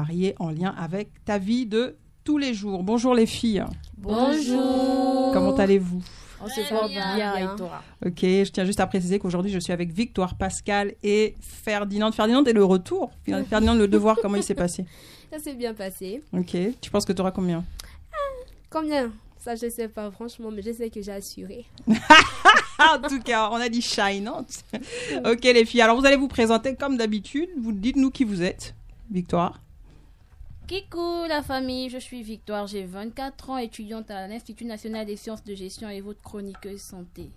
variés en lien avec ta vie de tous les jours. Bonjour les filles. Bonjour. Comment allez-vous? On se porte bien et toi? Ok, je tiens juste à préciser qu'aujourd'hui je suis avec Victoire, Pascal et Ferdinand. Ferdinand est le retour. Ferdinand, le devoir, comment il s'est passé? Ça s'est bien passé. Ok, tu penses que tu auras combien? Combien? Ça, je sais pas franchement, mais je sais que j'ai assuré. En tout cas, on a dit shinante. Ok les filles, alors vous allez vous présenter comme d'habitude. Vous dites-nous qui vous êtes. Victoire. Kikou la famille, je suis Victoire, j'ai 24 ans, étudiante à l'Institut national des sciences de gestion et votre chroniqueuse santé.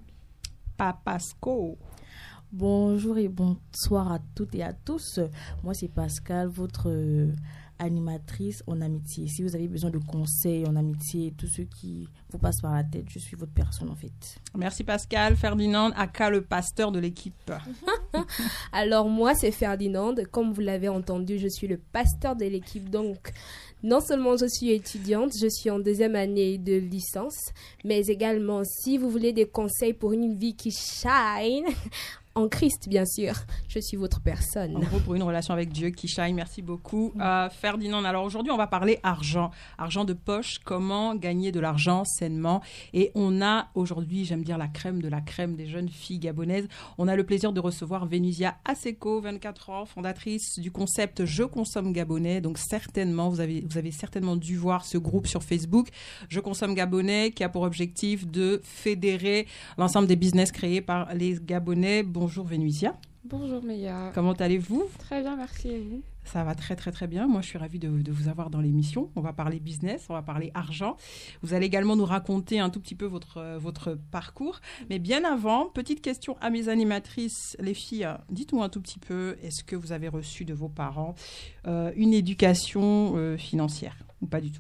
Papasco. Bonjour et bonsoir à toutes et à tous. Moi, c'est Pascal, votre animatrice en amitié. Si vous avez besoin de conseils en amitié, tout ce qui vous passe par la tête, je suis votre personne en fait. Merci Pascal. Ferdinand, aka le pasteur de l'équipe. Alors moi, c'est Ferdinand. Comme vous l'avez entendu, je suis le pasteur de l'équipe. Donc, non seulement je suis étudiante, je suis en 2e année de licence, mais également, si vous voulez des conseils pour une vie qui shine, en Christ, bien sûr, je suis votre personne. En gros, pour une relation avec Dieu qui shine. Merci beaucoup. Ferdinand, alors aujourd'hui, on va parler argent. Argent de poche, comment gagner de l'argent sainement. Et on a aujourd'hui, j'aime dire la crème de la crème des jeunes filles gabonaises. On a le plaisir de recevoir Vénusia Aseko, 24 ans, fondatrice du concept Je consomme gabonais. Donc certainement, vous avez certainement dû voir ce groupe sur Facebook, Je consomme gabonais, qui a pour objectif de fédérer l'ensemble des business créés par les Gabonais. Bonjour Vénusia. Bonjour Meya. Comment allez-vous? Très bien, merci et vous? Ça va très très très bien. Moi, je suis ravie de vous avoir dans l'émission. On va parler business, on va parler argent. Vous allez également nous raconter un tout petit peu votre parcours. Mais bien avant, petite question à mes animatrices. Les filles, dites-nous un tout petit peu, est-ce que vous avez reçu de vos parents une éducation financière ou pas du tout?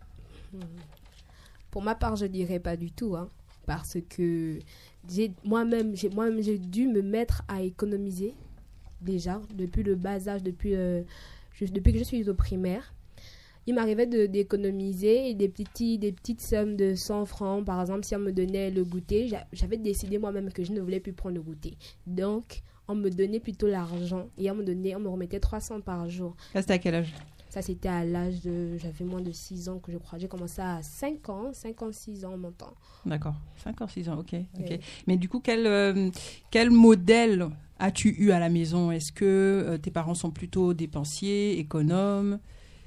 Pour ma part, je dirais pas du tout, hein, parce que moi-même, j'ai dû me mettre à économiser déjà depuis le bas âge, depuis que je suis au primaire. Il m'arrivait d'économiser des petites sommes de 100 francs. Par exemple, si on me donnait le goûter, j'avais décidé moi-même que je ne voulais plus prendre le goûter. Donc, on me donnait plutôt l'argent et on me remettait 300 par jour. Ça, c'était à quel âge? Ça, c'était à l'âge de... J'avais moins de 6 ans que je crois. J'ai commencé à 5 ans, 6 ans en montant. D'accord. 5 ans, 6 ans, ok. Mais du coup, quel modèle as-tu eu à la maison? Est-ce que tes parents sont plutôt dépensiers, économes?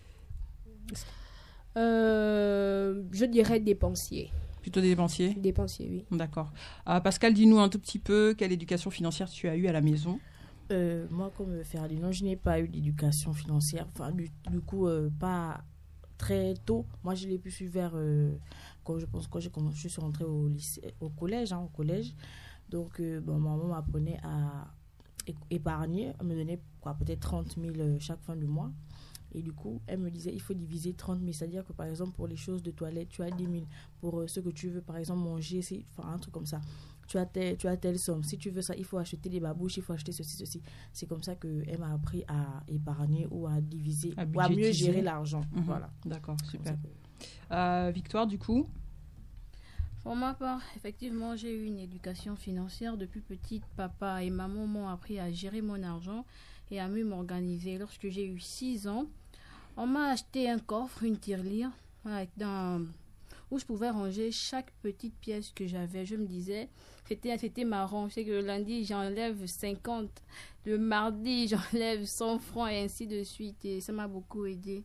Je dirais dépensiers. Plutôt des dépensiers? Dépensiers, oui. D'accord. Pascal, dis-nous un tout petit peu quelle éducation financière tu as eue à la maison? Moi, comme Ferdinand, je n'ai pas eu d'éducation financière. Enfin, du coup, pas très tôt. Moi, je l'ai pu suivre vers quand je suis rentrée au collège. Donc, maman m'apprenait à épargner. Elle me donnait peut-être 30 000 chaque fin du mois. Et du coup, elle me disait, il faut diviser 30 000. C'est-à-dire que, par exemple, pour les choses de toilette, tu as 10 000. Pour ce que tu veux, par exemple, manger, un truc comme ça. Tu as telle somme. Si tu veux ça, il faut acheter des babouches, il faut acheter ceci. C'est comme ça qu'elle m'a appris à épargner ou à diviser, ou à mieux gérer l'argent. Voilà. D'accord, super. Victoire, du coup? Pour ma part, effectivement, j'ai eu une éducation financière depuis petite. Papa et maman m'ont appris à gérer mon argent et à mieux m'organiser. Lorsque j'ai eu 6 ans, on m'a acheté un coffre, une tirelire, où je pouvais ranger chaque petite pièce que j'avais. Je me disais, c'était marrant. Je sais que le lundi, j'enlève 50. Le mardi, j'enlève 100 francs et ainsi de suite. Et ça m'a beaucoup aidé.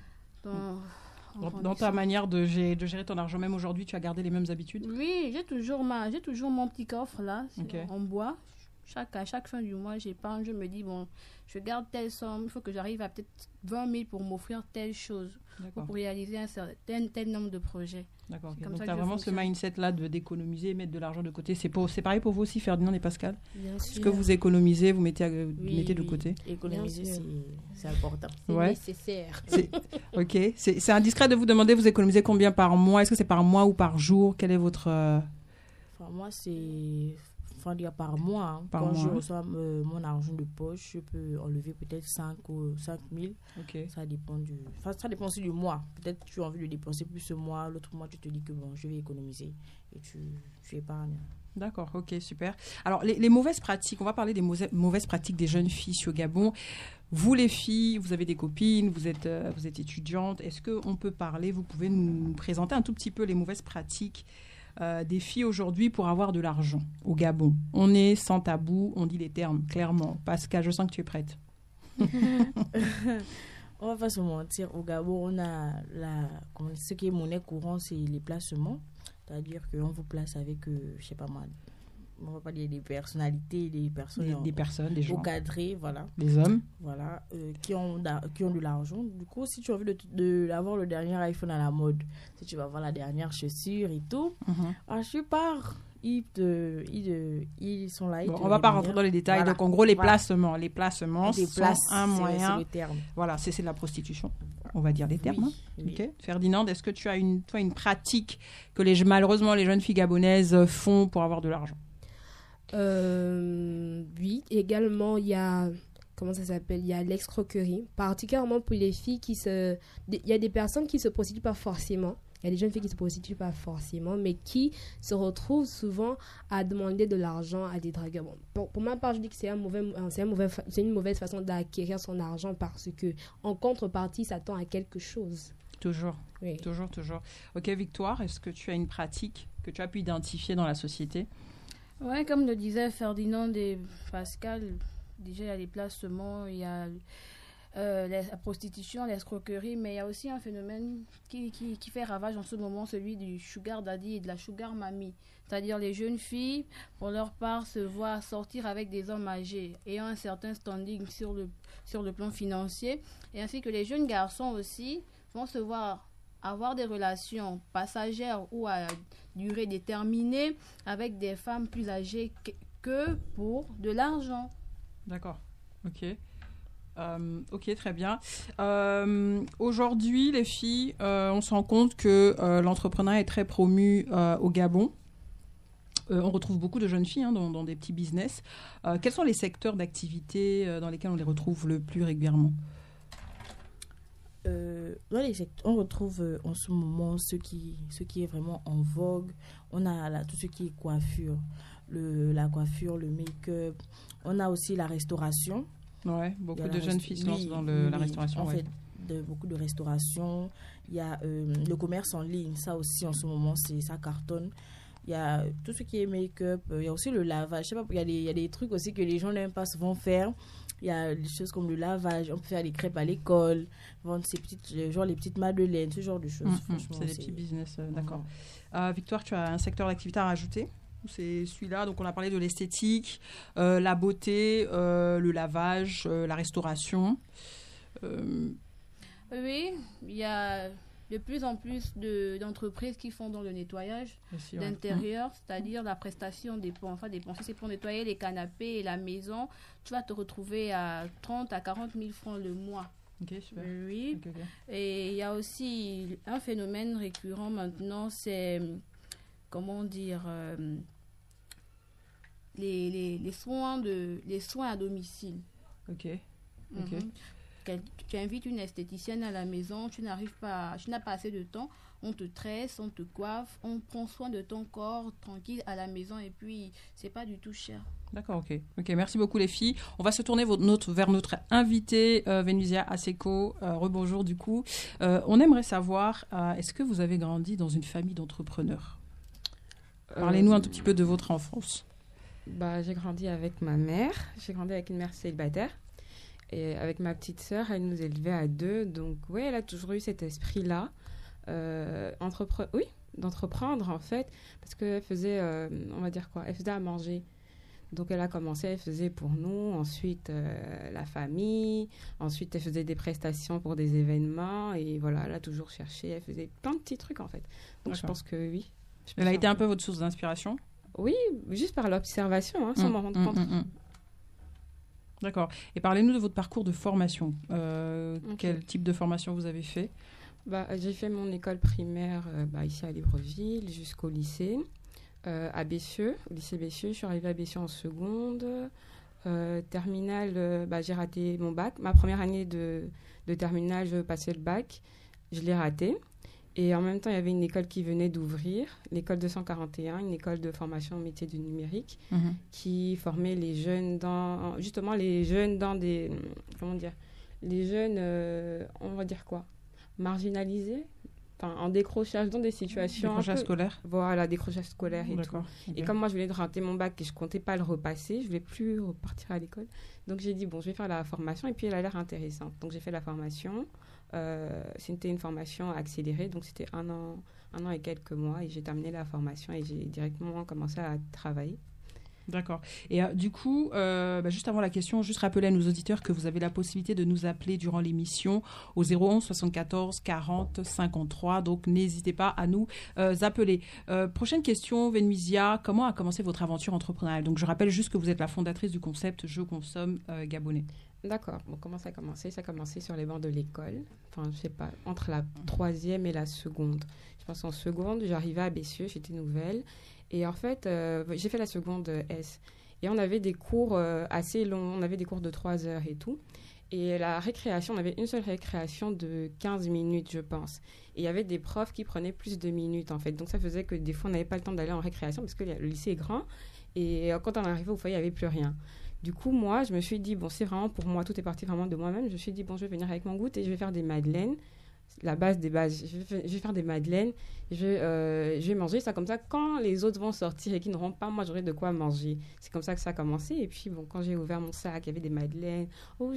Dans ta manière de gérer ton argent, même aujourd'hui, tu as gardé les mêmes habitudes? Oui, j'ai toujours mon petit coffre là, en bois. À chaque fin du mois, j'épargne. Je me dis, bon, je garde telle somme. Il faut que j'arrive à peut-être 20 000 pour m'offrir telle chose. Pour réaliser tel nombre de projets. D'accord. Okay. Donc, tu as vraiment ce mindset-là d'économiser et mettre de l'argent de côté. C'est pareil pour vous aussi, Ferdinand et Pascal? Bien sûr. Ce que vous économisez, vous mettez de côté? Économiser, c'est important. C'est nécessaire. Ok. C'est indiscret de vous demander, vous économisez combien par mois? Est-ce que c'est par mois ou par jour? Quel est votre... Moi, c'est... dire par mois. Hein. Quand je reçois mon argent de poche, je peux enlever peut-être 5 000. Okay. Ça dépend aussi du mois. Peut-être tu as envie de dépenser plus ce mois, l'autre mois tu te dis que bon, je vais économiser et tu épargnes. D'accord, ok, super. Alors, les mauvaises pratiques, on va parler des mauvaises pratiques des jeunes filles au Gabon. Vous les filles, vous avez des copines, vous êtes étudiantes. Est-ce qu'on peut parler, vous pouvez nous présenter un tout petit peu les mauvaises pratiques des filles aujourd'hui pour avoir de l'argent au Gabon? On est sans tabou, on dit les termes clairement. Pascal, je sens que tu es prête. On va pas se mentir, au Gabon, on a ce qui est monnaie courante, c'est les placements. C'est-à-dire qu'on vous place avec, je sais pas moi, on va pas dire des personnalités, des personnes, des gens encadrées, voilà. Des hommes. Voilà, qui ont de l'argent. Du coup, si tu as envie d'avoir le dernier iPhone à la mode, si tu vas avoir la dernière chaussure et tout, je pars. Ils sont là. Bon, on va pas rentrer dans les détails. Voilà. Donc, en gros, les placements sont un moyen. C'est le terme. Voilà, c'est de la prostitution. On va dire les termes. Oui. Okay. Ferdinand, est-ce que tu as une pratique que malheureusement les jeunes filles gabonaises font pour avoir de l'argent? Oui, également, il y a... Comment ça s'appelle? Il y a l'escroquerie, particulièrement pour les filles il y a des personnes qui se prostituent pas forcément. Il y a des jeunes filles qui ne se prostituent pas forcément, mais qui se retrouvent souvent à demander de l'argent à des dragueurs. Bon, pour ma part, je dis que c'est une mauvaise façon d'acquérir son argent parce que en contrepartie, ça tend à quelque chose. Toujours. Oui. Toujours. Ok, Victoire, est-ce que tu as une pratique que tu as pu identifier dans la société? Ouais, comme le disait Ferdinand et Pascal, déjà il y a les placements, il y a la prostitution, l'escroquerie, mais il y a aussi un phénomène qui fait ravage en ce moment, celui du sugar daddy et de la sugar mommy. C'est-à-dire les jeunes filles, pour leur part, se voient sortir avec des hommes âgés ayant un certain standing sur le plan financier, et ainsi que les jeunes garçons aussi vont se voir avoir des relations passagères ou à durée déterminée avec des femmes plus âgées que pour de l'argent. D'accord, ok. Ok, très bien. Aujourd'hui, les filles, on se rend compte que l'entrepreneuriat est très promu au Gabon. On retrouve beaucoup de jeunes filles dans des petits business. Quels sont les secteurs d'activité dans lesquels on les retrouve le plus régulièrement? Dans les secteurs, on retrouve en ce moment ce qui est vraiment en vogue. On a tout ce qui est coiffure, la coiffure, le make-up. On a aussi la restauration. Ouais, beaucoup de jeunes filles se lancent dans la restauration. En fait, beaucoup de restauration. Il y a le commerce en ligne, ça aussi en ce moment, ça cartonne. Il y a tout ce qui est make-up. Il y a aussi le lavage. Je sais pas, il y a des trucs aussi que les gens n'aiment pas souvent faire. Il y a des choses comme le lavage. On peut faire des crêpes à l'école, vendre les petites madeleines, ce genre de choses. C'est des petits business, d'accord. Victoire, tu as un secteur d'activité à rajouter? C'est celui-là. Donc, on a parlé de l'esthétique, la beauté, le lavage, la restauration. Oui, il y a de plus en plus d'entreprises qui font dans le nettoyage d'intérieur, c'est-à-dire la prestation dépend. Si c'est pour nettoyer les canapés et la maison, tu vas te retrouver à 30 à 40 000 francs le mois. Ok, super. Oui. Okay. Et il y a aussi un phénomène récurrent maintenant, c'est, comment dire, les soins à domicile. Ok. Tu invites une esthéticienne à la maison, tu n'as pas assez de temps, on te tresse, on te coiffe, on prend soin de ton corps tranquille à la maison et puis c'est pas du tout cher. D'accord, ok, merci beaucoup les filles. On va se tourner vers notre invitée Vénusia Aseko. Rebonjour du coup. On aimerait savoir, est-ce que vous avez grandi dans une famille d'entrepreneurs? Parlez-nous un tout petit peu de votre enfance. J'ai grandi avec ma mère. J'ai grandi avec une mère célibataire. Et avec ma petite sœur, elle nous élevait à deux. Donc, oui, elle a toujours eu cet esprit-là. D'entreprendre, en fait. Parce qu'elle faisait, on va dire quoi? Elle faisait à manger. Donc, elle a commencé, elle faisait pour nous. Ensuite, la famille. Ensuite, elle faisait des prestations pour des événements. Et voilà, elle a toujours cherché. Elle faisait plein de petits trucs, en fait. Donc, je pense que oui. Elle a été un peu votre source d'inspiration? Oui, juste par l'observation, sans m'en rendre compte. D'accord. Et parlez-nous de votre parcours de formation. Quel type de formation vous avez fait? J'ai fait mon école primaire ici à Libreville jusqu'au lycée, à Bessieux, au lycée Bessieux. Je suis arrivée à Bessieux en seconde. Terminale, j'ai raté mon bac. Ma première année de terminale, je passais le bac. Je l'ai raté. Et en même temps, il y avait une école qui venait d'ouvrir, l'école 241, une école de formation au métier du numérique, qui formait les jeunes justement les jeunes dans des, comment dire, les jeunes, on va dire quoi, marginalisés, en décrochage dans des situations... Décrochage scolaire. Voilà, décrochage scolaire et tout. D'accord. Et comme moi, je venais de rater mon bac et je comptais pas le repasser, je voulais plus repartir à l'école. Donc, j'ai dit, bon, je vais faire la formation et puis elle a l'air intéressante. Donc, j'ai fait la formation. C'était une formation accélérée, donc c'était un an et quelques mois et j'ai terminé la formation et j'ai directement commencé à travailler. D'accord. Et du coup, juste avant la question, juste rappeler à nos auditeurs que vous avez la possibilité de nous appeler durant l'émission au 01 74 40 53. Donc, n'hésitez pas à nous appeler. Prochaine question, Venuisia. Comment a commencé votre aventure entrepreneuriale? Donc, je rappelle juste que vous êtes la fondatrice du concept Je consomme gabonais. D'accord. Bon, comment ça a commencé? Ça a commencé sur les bancs de l'école. Enfin, je sais pas, entre la 3e et la seconde. Je pense en seconde, j'arrivais à Bessieux, j'étais nouvelle. Et en fait, j'ai fait la seconde S. Et on avait des cours assez longs. On avait des cours de 3 heures et tout. Et la récréation, on avait une seule récréation de 15 minutes, je pense. Et il y avait des profs qui prenaient plus de minutes, en fait. Donc, ça faisait que des fois, on n'avait pas le temps d'aller en récréation parce que le lycée est grand. Et quand on arrivait au foyer, il n'y avait plus rien. Du coup, moi, je me suis dit, bon, c'est vraiment pour moi, tout est parti vraiment de moi-même. Je me suis dit, bon, je vais venir avec mon goût et je vais faire des madeleines. La base des bases, je vais faire des madeleines, je vais manger ça comme ça. Quand les autres vont sortir et qu'ils n'auront pas, moi, j'aurai de quoi manger. C'est comme ça que ça a commencé. Et puis, bon, quand j'ai ouvert mon sac, il y avait des madeleines. Oh,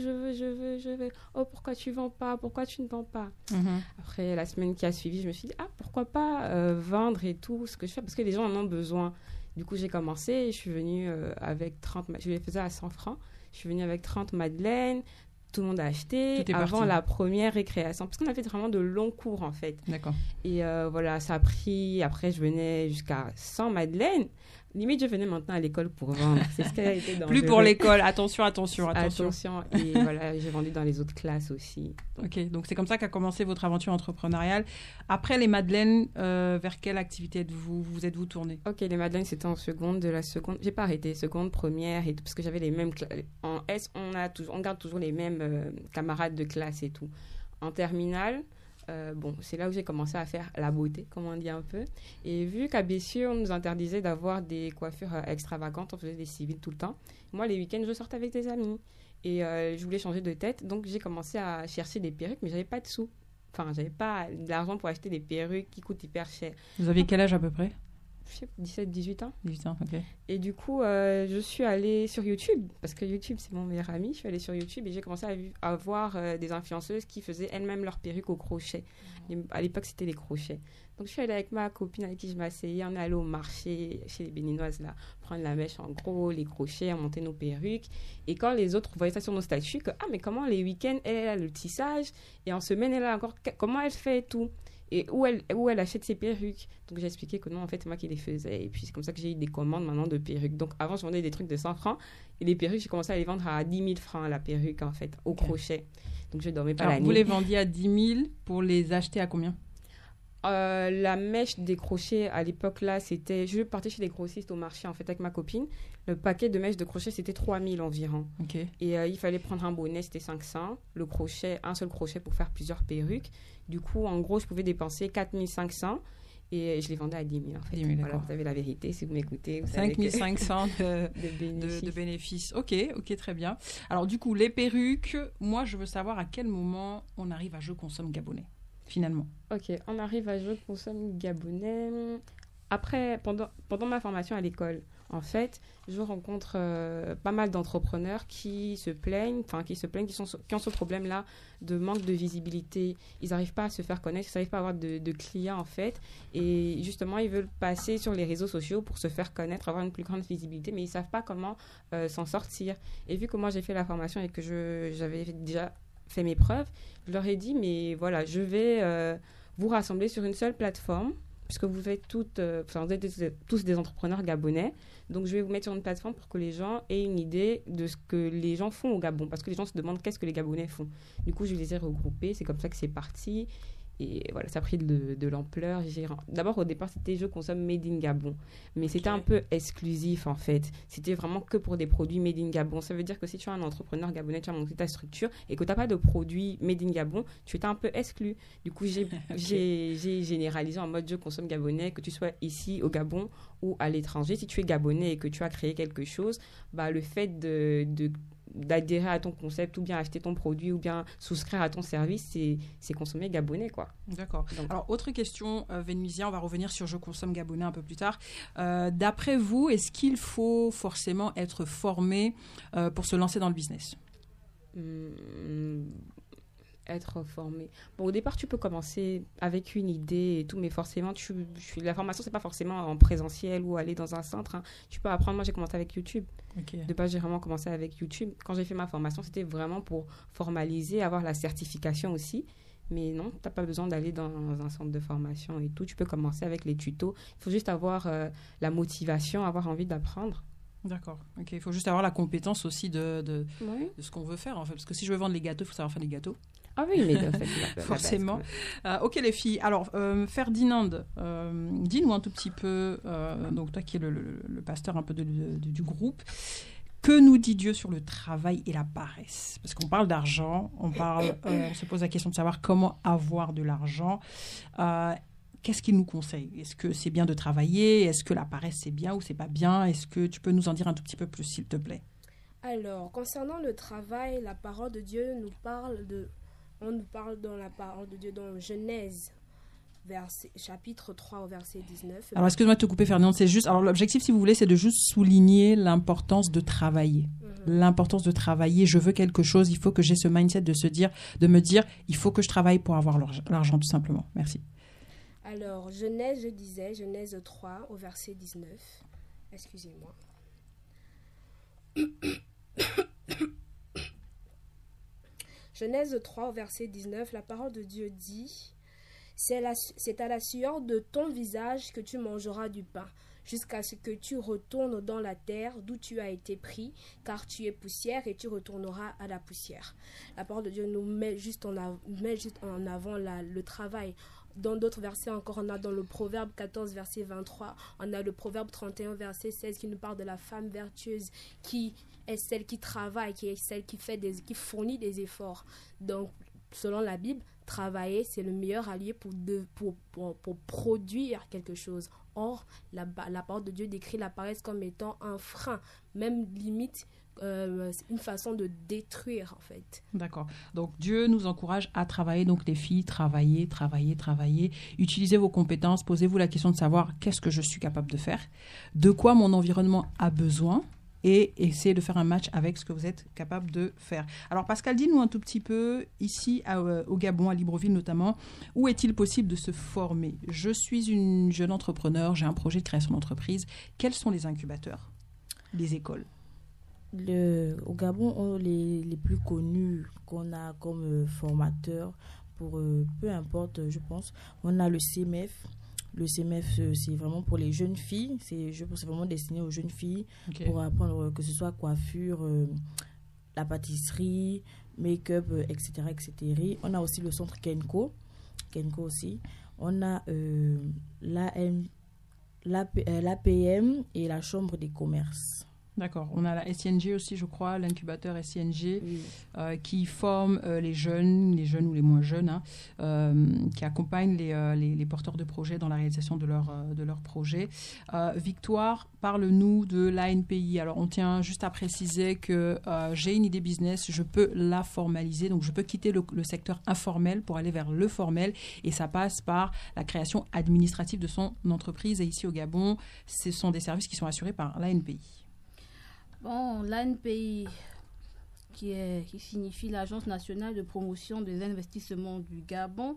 je veux. Oh, pourquoi tu ne vends pas? Pourquoi tu ne vends pas? Après, la semaine qui a suivi, je me suis dit, pourquoi pas vendre et tout ce que je fais parce que les gens en ont besoin. Du coup, j'ai commencé et je suis venue avec 30... Je les faisais à 100 francs. Je suis venue avec 30 madeleines. Tout le monde a acheté avant la première récréation. Parce qu'on a fait vraiment de longs cours, en fait. D'accord. Et voilà, ça a pris... Après, je venais jusqu'à 100 madeleines. Limite, je venais maintenant à l'école pour vendre. C'est ce qui a été dangereux. Plus pour l'école. Attention. Et voilà, j'ai vendu dans les autres classes aussi. Ok, donc c'est comme ça qu'a commencé votre aventure entrepreneuriale. Après les madeleines, vers quelle activité êtes-vous tournée? Ok, les madeleines, c'était en seconde, de la seconde. J'ai pas arrêté, seconde, première et tout, parce que j'avais les mêmes... En S, on garde toujours les mêmes camarades de classe et tout. En terminale... c'est là où j'ai commencé à faire la beauté, comme on dit un peu. Et vu qu'à Bessieux, on nous interdisait d'avoir des coiffures extravagantes, on faisait des civils tout le temps. Moi, les week-ends, je sortais avec des amis. Et je voulais changer de tête, donc j'ai commencé à chercher des perruques, mais j'avais pas de sous. Enfin, j'avais pas d'argent pour acheter des perruques qui coûtent hyper cher. Vous aviez quel âge à peu près? 17, 18 ans. 18 ans, ok. Et du coup, je suis allée sur YouTube, parce que YouTube, c'est mon meilleur ami. Je suis allée sur YouTube et j'ai commencé à voir des influenceuses qui faisaient elles-mêmes leurs perruques au crochet. À l'époque, c'était les crochets. Donc, je suis allée avec ma copine avec qui je m'asseyais. On est allé au marché, chez les Béninoises, là, prendre la mèche en gros, les crochets, monter nos perruques. Et quand les autres voyaient ça sur nos statuts, mais comment les week-ends, elle a le tissage, et en semaine, elle a encore... Comment elle fait tout? Et où elle achète ses perruques. Donc, j'ai expliqué que non, en fait, c'est moi qui les faisais. Et puis, c'est comme ça que j'ai eu des commandes maintenant de perruques. Donc, avant, je vendais des trucs de 100 francs. Et les perruques, j'ai commencé à les vendre à 10 000 francs, la perruque, en fait, au crochet. Donc, je ne dormais pas la nuit. Vous les vendiez à 10 000 pour les acheter à combien? La mèche des crochets, à l'époque, là, c'était... Je partais chez les grossistes au marché, en fait, avec ma copine. Le paquet de mèches de crochet, c'était 3 000 environ. Okay. Et il fallait prendre un bonnet, c'était 500. Le crochet, un seul crochet pour faire plusieurs perruques. Du coup, en gros, je pouvais dépenser 4 500 et je les vendais à 10 000, en fait. 10 000, voilà, vous avez la vérité, si vous m'écoutez. 5 500 de bénéfices. Ok, très bien. Alors, du coup, les perruques, moi, je veux savoir à quel moment on arrive à Je consomme gabonais, finalement. Ok, on arrive à Je consomme gabonais. Après, pendant ma formation à l'école, en fait, je rencontre pas mal d'entrepreneurs qui se plaignent, qui ont ce problème-là de manque de visibilité. Ils n'arrivent pas à se faire connaître, ils n'arrivent pas à avoir de clients, en fait. Et justement, ils veulent passer sur les réseaux sociaux pour se faire connaître, avoir une plus grande visibilité, mais ils ne savent pas comment s'en sortir. Et vu que moi, j'ai fait la formation et que j'avais déjà fait mes preuves, je leur ai dit, mais voilà, je vais vous rassembler sur une seule plateforme, puisque vous êtes vous êtes tous des entrepreneurs gabonais. Donc, je vais vous mettre sur une plateforme pour que les gens aient une idée de ce que les gens font au Gabon. Parce que les gens se demandent qu'est-ce que les Gabonais font. Du coup, je les ai regroupés. C'est comme ça que c'est parti. Et voilà, ça a pris de l'ampleur. D'abord, au départ, c'était je consomme Made in Gabon. Mais c'était un peu exclusif, en fait. C'était vraiment que pour des produits Made in Gabon. Ça veut dire que si tu es un entrepreneur gabonais, tu as monté ta structure et que tu n'as pas de produits Made in Gabon, tu étais un peu exclu. Du coup, j'ai généralisé en mode je consomme gabonais, que tu sois ici au Gabon ou à l'étranger. Si tu es gabonais et que tu as créé quelque chose, bah, le fait d'adhérer à ton concept ou bien acheter ton produit ou bien souscrire à ton service, c'est consommer gabonais, quoi. D'accord. Alors, autre question, Vénusia, on va revenir sur Je consomme gabonais un peu plus tard. D'après vous, est-ce qu'il faut forcément être formé pour se lancer dans le business? Être formé. Bon, au départ, tu peux commencer avec une idée et tout, mais forcément, la formation, c'est pas forcément en présentiel ou aller dans un centre. Hein. Tu peux apprendre. Moi, j'ai commencé avec YouTube. Okay. De base, j'ai vraiment commencé avec YouTube. Quand j'ai fait ma formation, c'était vraiment pour formaliser, avoir la certification aussi. Mais non, tu n'as pas besoin d'aller dans un centre de formation et tout. Tu peux commencer avec les tutos. Il faut juste avoir la motivation, avoir envie d'apprendre. D'accord. Ok. Il faut juste avoir la compétence aussi de ce qu'on veut faire, en fait. Parce que si je veux vendre les gâteaux, il faut savoir faire les gâteaux. Ah oui, mais en fait, forcément. Ok, les filles. Alors, Ferdinand, dis-nous un tout petit peu, donc toi qui es le pasteur un peu du groupe, que nous dit Dieu sur le travail et la paresse? Parce qu'on parle d'argent, on se pose la question de savoir comment avoir de l'argent. Qu'est-ce qu'il nous conseille? Est-ce que c'est bien de travailler? Est-ce que la paresse, c'est bien ou c'est pas bien? Est-ce que tu peux nous en dire un tout petit peu plus, s'il te plaît? Alors, concernant le travail, la parole de Dieu nous parle dans la parole de Dieu dans Genèse, chapitre 3 au verset 19. Alors, excuse-moi de te couper, Ferdinand, c'est juste... Alors, l'objectif, si vous voulez, c'est de juste souligner l'importance de travailler. L'importance de travailler. Je veux quelque chose, il faut que j'ai ce mindset de me dire, il faut que je travaille pour avoir l'argent, tout simplement. Merci. Alors, Genèse 3 au verset 19. Excusez-moi. Genèse 3 au verset 19, la parole de Dieu dit: c'est à la sueur de ton visage que tu mangeras du pain, jusqu'à ce que tu retournes dans la terre d'où tu as été pris, car tu es poussière et tu retourneras à la poussière. La parole de Dieu nous met juste en avant le travail. Dans d'autres versets encore, on a dans le Proverbe 14, verset 23, on a le Proverbe 31, verset 16, qui nous parle de la femme vertueuse qui est celle qui travaille, qui est celle qui fournit des efforts. Donc, selon la Bible, travailler, c'est le meilleur allié pour produire quelque chose. Or, la parole de Dieu décrit la paresse comme étant un frein, même limite une façon de détruire, en fait. D'accord. Donc, Dieu nous encourage à travailler. Donc, les filles, travaillez. Utilisez vos compétences. Posez-vous la question de savoir qu'est-ce que je suis capable de faire, de quoi mon environnement a besoin, et essayez de faire un match avec ce que vous êtes capable de faire. Alors, Pascal, dis-nous un tout petit peu, ici au Gabon, à Libreville notamment, où est-il possible de se former? Je suis une jeune entrepreneur, j'ai un projet de création d'entreprise. Quels sont les incubateurs, les écoles? Au Gabon, les plus connus qu'on a comme formateurs, pour peu importe, je pense, on a le CMF. Le CMF, c'est vraiment pour les jeunes filles. Je pense que c'est vraiment destiné aux jeunes filles, okay, pour apprendre que ce soit coiffure, la pâtisserie, make-up, etc., etc. On a aussi le centre Kenko aussi. On a l'APM et la chambre des commerces. D'accord. On a la SING aussi, je crois, l'incubateur SING, oui, qui forme les jeunes ou les moins jeunes, qui accompagnent les porteurs de projets dans la réalisation de leur projet. Victoire, parle-nous de l'ANPI. Alors, on tient juste à préciser que j'ai une idée business, je peux la formaliser, donc je peux quitter le secteur informel pour aller vers le formel, et ça passe par la création administrative de son entreprise. Et ici au Gabon, ce sont des services qui sont assurés par l'ANPI. Bon, l'ANPI, qui signifie l'Agence nationale de promotion des investissements du Gabon,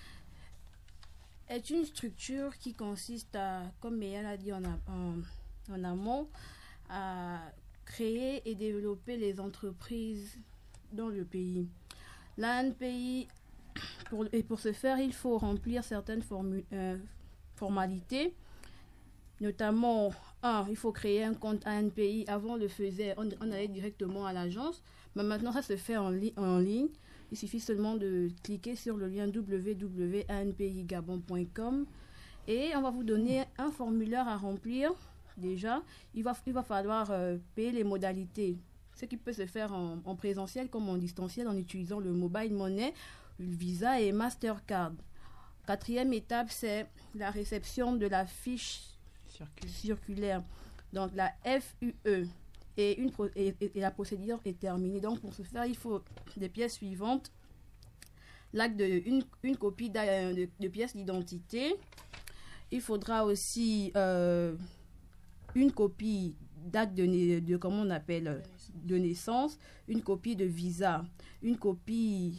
est une structure qui consiste à, comme Méa l'a dit en amont, à créer et développer les entreprises dans le pays. L'ANPI, pour ce faire, il faut remplir certaines formalités, notamment, il faut créer un compte ANPI. Avant, on le faisait, on allait directement à l'agence, mais maintenant, ça se fait en ligne. Il suffit seulement de cliquer sur le lien www.anpigabon.com et on va vous donner un formulaire à remplir. Déjà, il va falloir payer les modalités. Ce qui peut se faire en présentiel comme en distanciel en utilisant le mobile money, le Visa et Mastercard. 4e étape, c'est la réception de la fiche circulaire, donc la FUE. Et la procédure est terminée. Donc, pour ce faire, il faut des pièces suivantes. L'acte une copie de pièce d'identité. Il faudra aussi une copie d'acte de comment on appelle, de naissance, une copie de visa, une copie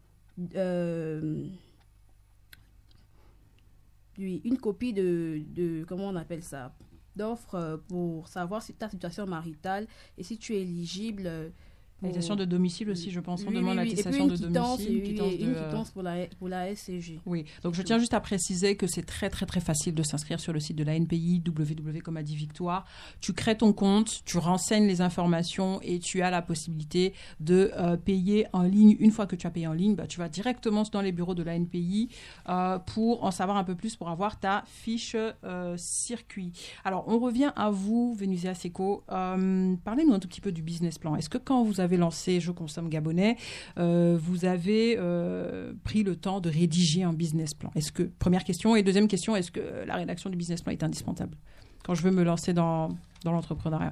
une copie de comment on appelle ça, d'offre pour savoir si ta situation maritale et si tu es éligible. L'attestation de domicile aussi, je pense. On demande oui. l'attestation de domicile. Une quittance pour la SCG. Oui, donc je tiens juste à préciser que c'est très, très, très facile de s'inscrire sur le site de la NPI, comme a dit Victoire. Tu crées ton compte, tu renseignes les informations et tu as la possibilité de payer en ligne. Une fois que tu as payé en ligne, tu vas directement dans les bureaux de la NPI pour en savoir un peu plus, pour avoir ta fiche circuit. Alors, on revient à vous, Vénusia Seko. Parlez-nous un tout petit peu du business plan. Est-ce que quand vous avez lancé Je consomme gabonais, vous avez pris le temps de rédiger un business plan? Première question. Et deuxième question, est-ce que la rédaction du business plan est indispensable quand je veux me lancer dans l'entrepreneuriat?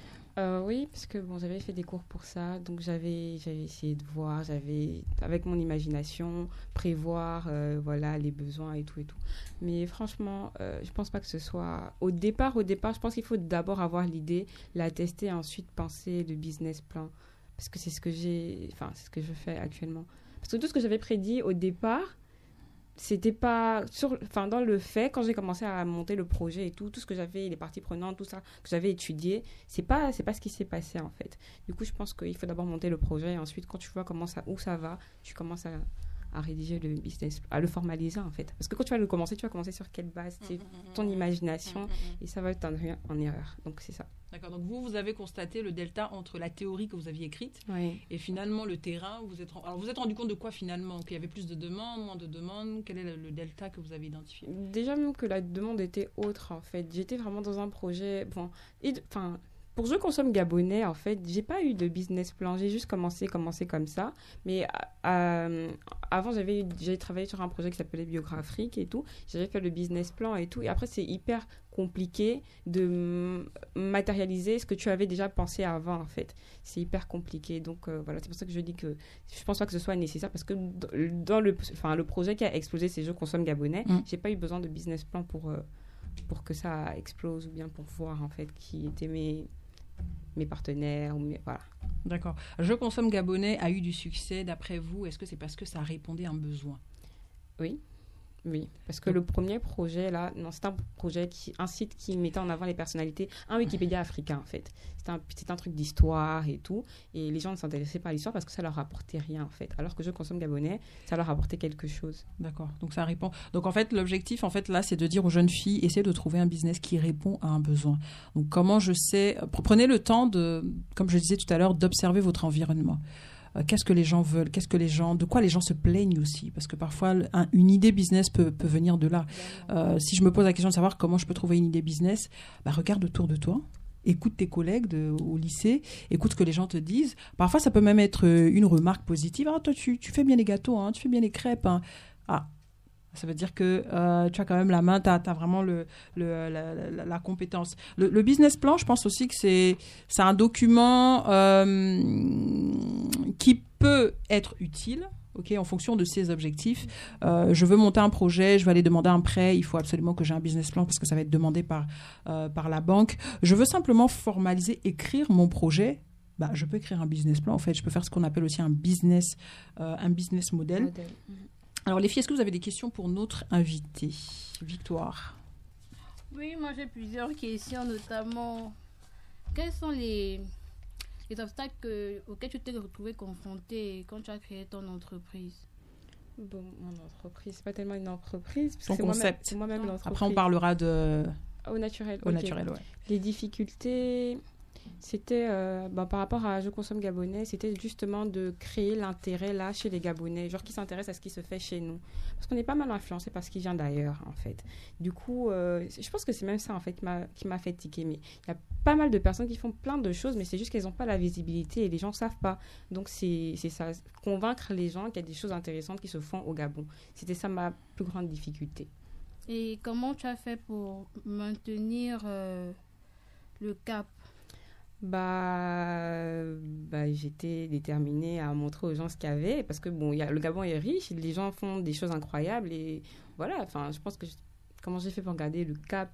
Oui, parce que j'avais fait des cours pour ça, donc j'avais essayé de voir, avec mon imagination, prévoir les besoins et tout. Mais franchement, je pense pas que ce soit... Au départ, je pense qu'il faut d'abord avoir l'idée, la tester et ensuite penser le business plan. Parce que c'est ce que je fais actuellement. Parce que tout ce que j'avais prédit au départ, c'était pas dans le fait, quand j'ai commencé à monter le projet et tout ce que j'avais, les parties prenantes, tout ça que j'avais étudié, c'est pas ce qui s'est passé en fait. Du coup, je pense qu'il faut d'abord monter le projet et ensuite, quand tu vois où ça va, tu commences à rédiger le business, à le formaliser en fait. Parce que quand tu vas commencer sur quelle base? C'est ton imagination et ça va t'enduire en erreur. Donc c'est ça. D'accord, donc vous avez constaté le delta entre la théorie que vous aviez écrite et finalement le terrain. Vous êtes rendu compte de quoi finalement? Qu'il y avait plus de demandes, moins de demandes? Quel est le delta que vous avez identifié? Déjà, même que la demande était autre en fait. J'étais vraiment dans un projet... Pour Je consomme gabonais, en fait, j'ai pas eu de business plan. J'ai juste commencé comme ça. Mais avant, j'avais travaillé sur un projet qui s'appelait Biographique et tout. J'avais fait le business plan et tout. Et après, c'est hyper compliqué de matérialiser ce que tu avais déjà pensé avant, en fait. C'est hyper compliqué. Donc, c'est pour ça que je dis que je pense pas que ce soit nécessaire parce que dans le projet qui a explosé, c'est Je consomme gabonais, j'ai pas eu besoin de business plan pour que ça explose ou bien pour voir, en fait, qui étaient mes partenaires. Voilà. D'accord. Je consomme gabonais a eu du succès, d'après vous. Est-ce que c'est parce que ça répondait à un besoin? Oui, parce que le premier projet, là, c'est un site qui mettait en avant les personnalités, un Wikipédia africain, en fait. C'était un truc d'histoire et tout, et les gens ne s'intéressaient pas à l'histoire parce que ça leur apportait rien, en fait. Alors que Je consomme gabonais, ça leur apportait quelque chose. D'accord, donc ça répond. Donc, en fait, l'objectif, là, c'est de dire aux jeunes filles, essayez de trouver un business qui répond à un besoin. Donc, comment je sais... Prenez le temps comme je disais tout à l'heure, d'observer votre environnement. Qu'est-ce que les gens veulent, de quoi les gens se plaignent aussi, parce que parfois une idée business peut venir de là. Si je me pose la question de savoir comment je peux trouver une idée business, regarde autour de toi, écoute tes collègues au lycée, écoute ce que les gens te disent. Parfois ça peut même être une remarque positive. Toi tu fais bien les gâteaux, tu fais bien les crêpes. Ça veut dire que tu as quand même la main, tu as vraiment la compétence. Le business plan, je pense aussi que c'est un document qui peut être utile, en fonction de ses objectifs. Je veux monter un projet, je vais aller demander un prêt, il faut absolument que j'ai un business plan parce que ça va être demandé par la banque. Je veux simplement formaliser, écrire mon projet. Je peux écrire un business plan. En fait, je peux faire ce qu'on appelle aussi un business model. Alors les filles, est-ce que vous avez des questions pour notre invitée, Victoire? Oui, moi j'ai plusieurs questions, notamment quels sont les obstacles auxquels tu t'es retrouvée confrontée quand tu as créé ton entreprise? Bon, mon entreprise, c'est pas tellement une entreprise, parce ton concept. C'est moi-même l'entreprise. Après, on parlera de... Au naturel. Au naturel, ouais. Les difficultés... C'était par rapport à Je consomme gabonais, c'était justement de créer l'intérêt là chez les Gabonais, genre qui s'intéressent à ce qui se fait chez nous. Parce qu'on est pas mal influencé par ce qui vient d'ailleurs, en fait. Du coup, je pense que c'est même ça, en fait, qui m'a fait tiquer. Mais il y a pas mal de personnes qui font plein de choses, mais c'est juste qu'elles n'ont pas la visibilité et les gens ne savent pas. Donc, c'est ça, convaincre les gens qu'il y a des choses intéressantes qui se font au Gabon. C'était ça ma plus grande difficulté. Et comment tu as fait pour maintenir le cap? J'étais déterminée à montrer aux gens ce qu'il y avait parce que le Gabon est riche, les gens font des choses incroyables et voilà, enfin je pense que comment j'ai fait pour garder le cap,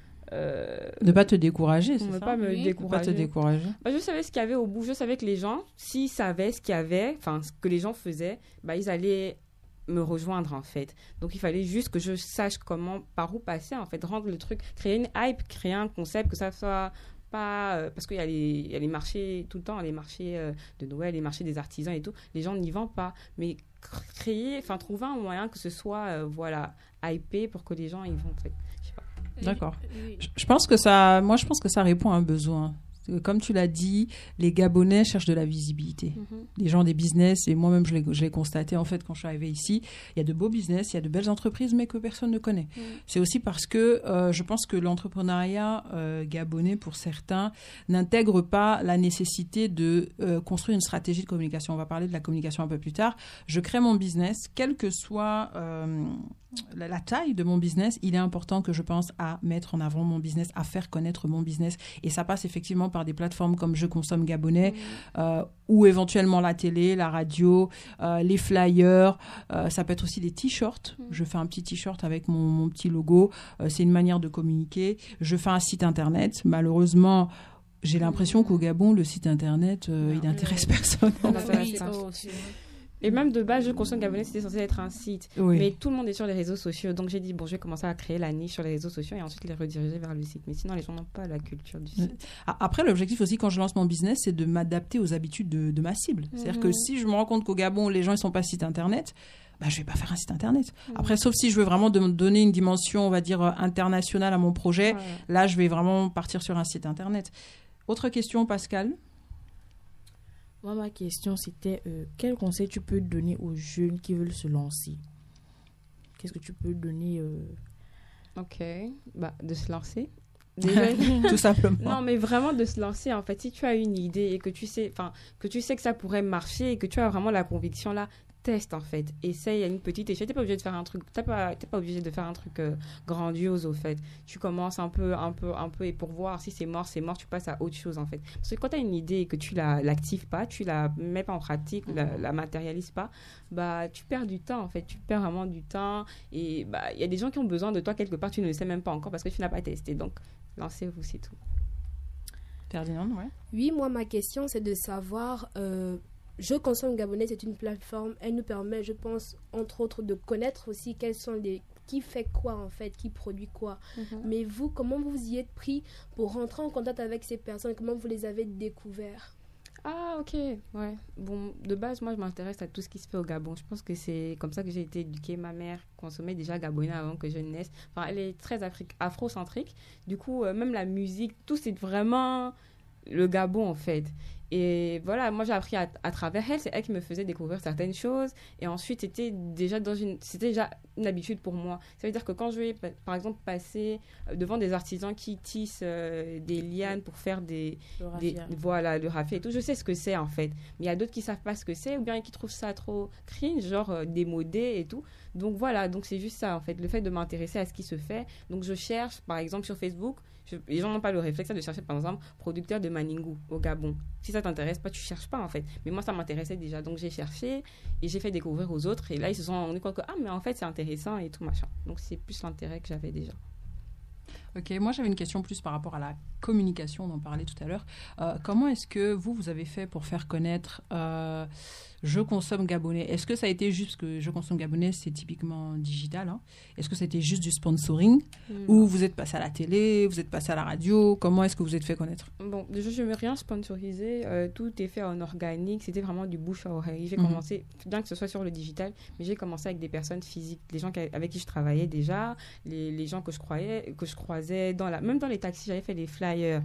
ne pas te décourager, c'est ne ça? pas me Oui, décourager. pas te décourager. Je savais ce qu'il y avait au bout, je savais que les gens, s'ils savaient ce qu'il y avait, enfin ce que les gens faisaient, ils allaient me rejoindre en fait. Donc il fallait juste que je sache par où passer en fait, rendre le truc, créer une hype, créer un concept, que ça soit pas parce qu'il y a les marchés tout le temps, les marchés de Noël, les marchés des artisans et tout, les gens n'y vendent pas, mais trouver un moyen que ce soit hypé pour que les gens y vont en fait. Je sais pas. D'accord. Je pense que ça répond à un besoin. Comme tu l'as dit, les Gabonais cherchent de la visibilité. Les gens des business, et moi-même je l'ai constaté en fait quand je suis arrivée ici, il y a de beaux business, il y a de belles entreprises, mais que personne ne connaît. C'est aussi parce que je pense que l'entrepreneuriat gabonais, pour certains, n'intègre pas la nécessité de construire une stratégie de communication. On va parler de la communication un peu plus tard. Je crée mon business, quelle que soit la taille de mon business, il est important que je pense à mettre en avant mon business, à faire connaître mon business. Et ça passe effectivement par des plateformes comme Je consomme gabonais, ou éventuellement la télé, la radio, les flyers. Ça peut être aussi des t-shirts. Je fais un petit t-shirt avec mon petit logo. C'est une manière de communiquer. Je fais un site internet. Malheureusement, j'ai l'impression qu'au Gabon, le site internet, il n'intéresse personne. Et même de base, Je consomme gabonais, c'était censé être un site. Oui. Mais tout le monde est sur les réseaux sociaux. Donc j'ai dit, je vais commencer à créer la niche sur les réseaux sociaux et ensuite les rediriger vers le site. Mais sinon, les gens n'ont pas la culture du site. Après, l'objectif aussi, quand je lance mon business, c'est de m'adapter aux habitudes de ma cible. C'est-à-dire que si je me rends compte qu'au Gabon, les gens ne sont pas site internet, je vais pas faire un site internet. Après, sauf si je veux vraiment donner une dimension, on va dire, internationale à mon projet, là, je vais vraiment partir sur un site internet. Autre question, Pascal? Moi, ma question, c'était quel conseil tu peux donner aux jeunes qui veulent se lancer? Qu'est-ce que tu peux donner Ok, de se lancer. Tout simplement. Non, mais vraiment de se lancer. En fait, si tu as une idée et que tu sais que ça pourrait marcher et que tu as vraiment la conviction là, teste en fait. Essaye à une petite échelle. T'es pas obligé de faire un truc. T'es pas obligé de faire un truc grandiose au fait. Tu commences un peu et pour voir si c'est mort, tu passes à autre chose en fait. Parce que quand tu as une idée et que tu l'actives pas, tu la mets pas en pratique, la matérialises pas, tu perds du temps en fait. Tu perds vraiment du temps et il y a des gens qui ont besoin de toi quelque part, tu ne le sais même pas encore parce que tu n'as pas testé. Donc lancez-vous, c'est tout. Ferdinand, ouais. Oui, moi ma question c'est de savoir Je consomme gabonais, c'est une plateforme. Elle nous permet, je pense, entre autres, de connaître aussi qui fait quoi en fait, qui produit quoi. Mais vous, comment vous y êtes pris pour rentrer en contact avec ces personnes? Comment vous les avez découverts? Ah, ok, ouais. Bon, de base, moi, je m'intéresse à tout ce qui se fait au Gabon. Je pense que c'est comme ça que j'ai été éduquée. Ma mère consommait déjà gabonais avant que je naisse. Enfin, elle est très afrocentrique. Du coup, même la musique, tout, c'est vraiment le Gabon, en fait. Et voilà, moi j'ai appris à travers elle, c'est elle qui me faisait découvrir certaines choses. Et ensuite, c'était déjà une habitude pour moi. Ça veut dire que quand je vais, par exemple, passer devant des artisans qui tissent des lianes pour faire le raffia et tout, je sais ce que c'est en fait. Mais il y a d'autres qui savent pas ce que c'est ou bien qui trouvent ça trop cringe, genre démodé et tout. Donc voilà, donc c'est juste ça en fait, le fait de m'intéresser à ce qui se fait. Donc je cherche, par exemple, sur Facebook. Les gens n'ont pas le réflexe de chercher, par exemple, producteur de Maningu au Gabon. Si ça t'intéresse pas, tu cherches pas en fait. Mais moi, ça m'intéressait déjà. Donc, j'ai cherché et j'ai fait découvrir aux autres. Et là, ils se sont rendus compte que, mais en fait, c'est intéressant et tout machin. Donc, c'est plus l'intérêt que j'avais déjà. Ok, moi, j'avais une question plus par rapport à la communication, on en parlait tout à l'heure. Comment est-ce que vous avez fait pour faire connaître Je consomme gabonais? Est-ce que ça a été juste, parce que Je consomme gabonais, c'est typiquement digital, hein. Est-ce que c'était juste du sponsoring ou vous êtes passé à la télé, vous êtes passé à la radio? Comment est-ce que vous êtes fait connaître? Bon, déjà, je ne veux rien sponsoriser. Tout est fait en organique. C'était vraiment du bouche à oreille. J'ai commencé, bien que ce soit sur le digital, mais j'ai commencé avec des personnes physiques, des gens avec qui je travaillais déjà, les gens que je croisais, même dans les taxis, j'avais fait des flyers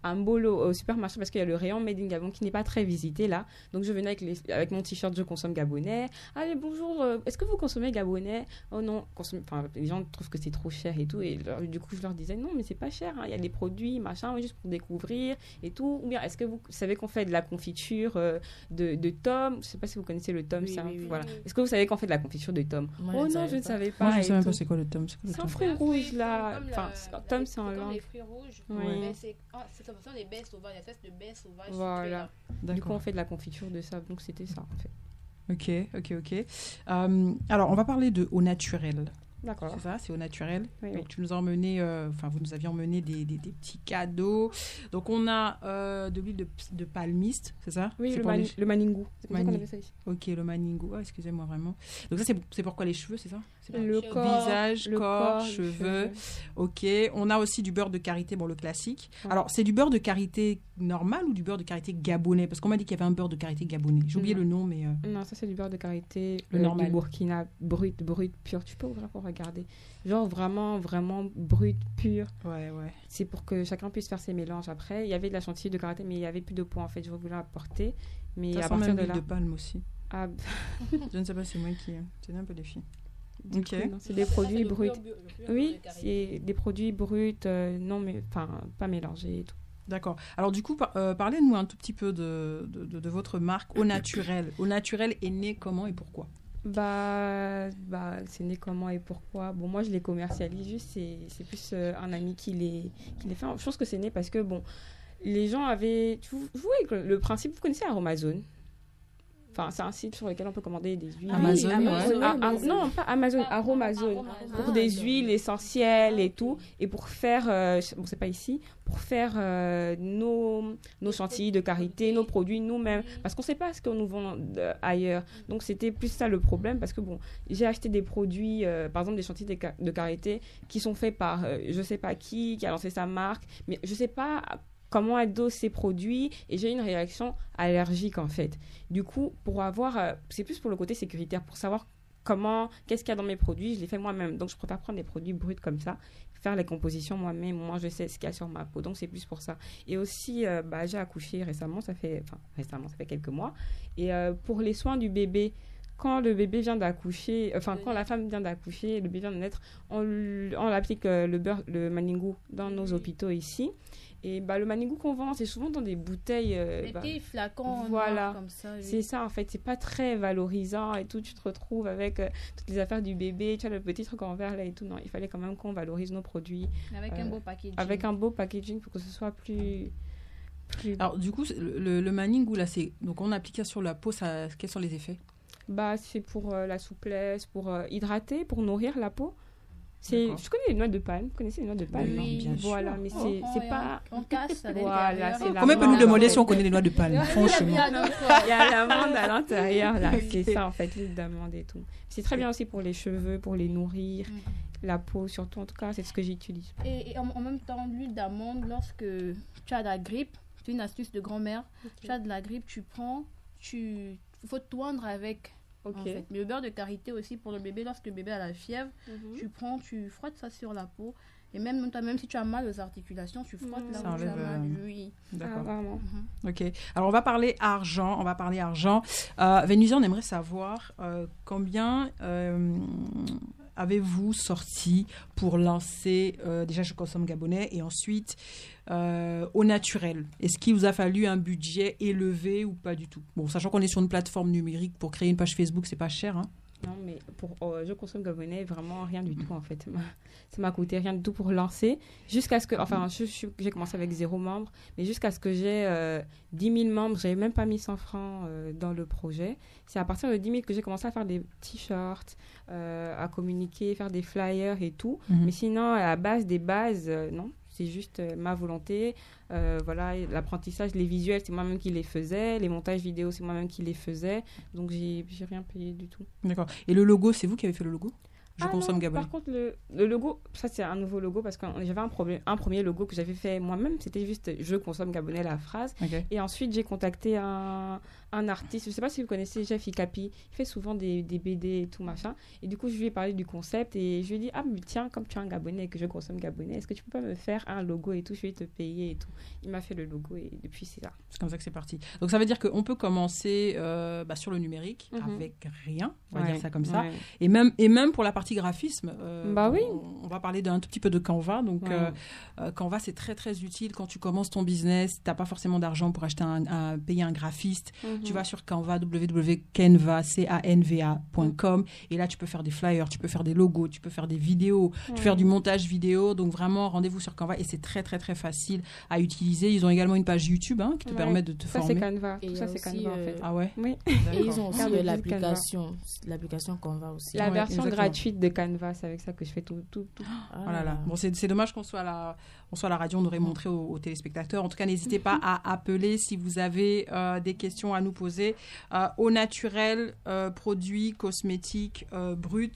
un bolo au supermarché parce qu'il y a le rayon Made in Gabon qui n'est pas très visité là. Donc je venais avec mon t-shirt je consomme gabonais. Allez bonjour, est-ce que vous consommez gabonais? Oh non, les gens trouvent que c'est trop cher et tout. Et du coup je leur disais non mais c'est pas cher, hein. Il y a des produits machin juste pour découvrir et tout. Ou bien est-ce que vous savez qu'on fait de la confiture de tomes? Je sais pas si vous connaissez le tome. Voilà. Est-ce que vous savez qu'on fait de la confiture de tomes? Oh non je ne savais pas. Moi je ne sais même pas c'est quoi le tome. C'est un fruit rouge là. Enfin tome c'est en comme langue. les fruits rouges. Ouais. Mais c'est des baies sauvages, une espèce de baies sauvages. Voilà. Du coup, D'accord. on fait de la confiture de ça. Donc, c'était ça, en fait. Ok. Alors, on va parler de au naturel. D'accord. C'est ça, c'est au naturel. Oui, Donc, oui. tu nous as emmené, vous nous aviez emmené des petits cadeaux. Donc, on a de l'huile de palmiste, c'est ça? Oui, C'est le, pour les- le maningou. C'est comme ça qu'on Mani- appelle ça ici. Ok, le maningou. Ah, excusez-moi vraiment. Donc, ça, c'est pourquoi les cheveux, c'est ça? C'est Le Cheveux. corps. visage, le corps, corps, les cheveux. Ok, on a aussi du beurre de karité, bon le classique. Ouais. Alors c'est du beurre de karité normal ou du beurre de karité gabonais? Parce qu'on m'a dit qu'il y avait un beurre de karité gabonais. J'ai oublié Non. le nom, mais Non, ça, c'est du beurre de karité. Le normal. Du Burkina, brut, pur. Tu peux ouvrir pour regarder. Genre, vraiment, vraiment brut, pur. ouais. C'est pour que chacun puisse faire ses mélanges après. Il y avait de la chantilly de karité, mais il n'y avait plus de poids, en fait. Je voulais apporter. Mais Ça à sent partir même de l'huile là... de palme aussi. Ah, Je ne sais pas, c'est moi qui c'est un peu des filles. du Ok. coup, non, c'est des produits bruts. Oui, c'est des produits bruts, non, mais enfin, pas mélangés et tout. D'accord. Alors du coup, parlez-nous un tout petit peu de votre marque Au Naturel. Au Naturel est né comment et pourquoi? C'est né comment et pourquoi? Bon, moi, je les commercialise juste, c'est plus un ami qui les fait. Je pense que c'est né parce que, bon, les gens avaient... Vous voyez que le principe, vous connaissez Aromazone? Enfin, c'est un site sur lequel on peut commander des huiles. Amazon, oui, ouais. Amazon. Non, pas Amazon, Aromazone. Pour des huiles essentielles et tout. Et pour faire, bon, c'est pas ici, pour faire nos chantilly de karité, nos produits nous-mêmes. Parce qu'on sait pas ce qu'on nous vend ailleurs. Donc, c'était plus ça le problème. Parce que, bon, j'ai acheté des produits, par exemple, des chantilly de karité qui sont faits par je sais pas qui a lancé sa marque. Mais je sais pas comment elle dose ses produits et j'ai une réaction allergique en fait. Du coup, pour avoir, c'est plus pour le côté sécuritaire, pour savoir qu'est-ce qu'il y a dans mes produits, je les fais moi-même. Donc je préfère prendre des produits bruts comme ça, faire les compositions moi-même, moi je sais ce qu'il y a sur ma peau, donc c'est plus pour ça. Et aussi, j'ai accouché récemment, ça fait quelques mois. Et pour les soins du bébé, quand le bébé vient d'accoucher, quand la femme vient d'accoucher, le bébé vient de naître, on applique le maningou dans nos hôpitaux ici. Et le maningou qu'on vend, c'est souvent dans des bouteilles. Des petits flacons voilà. noirs comme ça. Oui. C'est ça, en fait. C'est pas très valorisant et tout. Tu te retrouves avec toutes les affaires du bébé. Tu as le petit truc en verre là et tout. Non, il fallait quand même qu'on valorise nos produits. Avec un beau packaging. Avec un beau packaging pour que ce soit plus... Alors du coup, le maningou là, donc on applique ça sur la peau. Quels sont les effets? C'est pour la souplesse, pour hydrater, pour nourrir la peau. D'accord. Je connais les noix de palme. Vous connaissez les noix de palme? Oui, bien sûr. Voilà, mais c'est pas... On casse à Voilà, l'intérieur. c'est la Combien peut nous menthe, demander en si fait. on connaît les noix de palme? Franchement. Il y a l'amande à l'intérieur, là. Ok. C'est ça, en fait, l'huile d'amande et tout. C'est très bien aussi pour les cheveux, pour les nourrir, la peau, surtout, en tout cas, c'est ce que j'utilise. Et en même temps, l'huile d'amande, lorsque tu as de la grippe, c'est une astuce de grand-mère. Tu as de la grippe, il faut toindre avec. Ok. En fait. Mais le beurre de karité aussi pour le bébé, lorsque le bébé a la fièvre, tu frottes ça sur la peau. Et même si tu as mal aux articulations, tu frottes là Ça où tu as enlève, mal. Oui. Ah, D'accord. vraiment. Ok. Alors on va parler argent. Vénusia, on aimerait savoir combien avez-vous sorti pour lancer déjà Je consomme gabonais et ensuite Au Naturel? Est-ce qu'il vous a fallu un budget élevé ou pas du tout? Bon, sachant qu'on est sur une plateforme numérique, pour créer une page Facebook, c'est pas cher, hein? Non, mais pour Je consomme gabonais, vraiment rien du tout, en fait. Ça m'a coûté rien du tout pour lancer. Jusqu'à ce que... Enfin, j'ai commencé avec 0 membre, mais jusqu'à ce que j'ai 10 000 membres, j'avais même pas mis 100 francs dans le projet. C'est à partir de 10 000 que j'ai commencé à faire des t-shirts, à communiquer, faire des flyers et tout. Mais sinon, à la base des bases, non. C'est juste ma volonté. Voilà, l'apprentissage, les visuels, c'est moi-même qui les faisais. Les montages vidéo, c'est moi-même qui les faisais. Donc, j'ai rien payé du tout. D'accord. Et le logo, c'est vous qui avez fait le logo? Je consomme non, gabonais. Par contre, le logo, ça c'est un nouveau logo parce que j'avais un premier logo que j'avais fait moi-même. C'était juste je consomme gabonais, la phrase. Ok. Et ensuite, j'ai contacté un artiste. Je ne sais pas si vous connaissez Jeff Ikapi. Il fait souvent des BD et tout machin. Et du coup, je lui ai parlé du concept et je lui ai dit ah, mais tiens, comme tu es un gabonais et que je consomme gabonais, est-ce que tu peux pas me faire un logo et tout? Je vais te payer et tout. Il m'a fait le logo et depuis, c'est ça. C'est comme ça que c'est parti. Donc ça veut dire qu'on peut commencer sur le numérique avec rien, on va Ouais, dire ça comme ça. ouais. Et même pour la partie graphisme, Bah oui. on va parler d'un tout petit peu de Canva. Donc Ouais. Canva, c'est très très utile quand tu commences ton business. Tu n'as pas forcément d'argent pour acheter payer un graphiste. Tu vas sur Canva, www.canva.com et là tu peux faire des flyers, tu peux faire des logos, tu peux faire des vidéos, tu peux faire du montage vidéo. Donc vraiment, rendez-vous sur Canva et c'est très très très facile à utiliser. Ils ont également une page YouTube qui te Ouais. permet de te Ça, former. c'est Canva. Et Tout il y ça, a c'est aussi, Canva, en fait. Ah ouais. Oui. Et D'accord. ils ont aussi Canva. l'application Canva aussi. La Ouais, version exactement. gratuite de Canva, c'est avec ça que je fais tout. Oh là là. Bon, c'est dommage qu'on soit à la radio, on aurait montré aux téléspectateurs. En tout cas, n'hésitez pas à appeler si vous avez des questions à nous poser. Au naturel, produits cosmétiques bruts.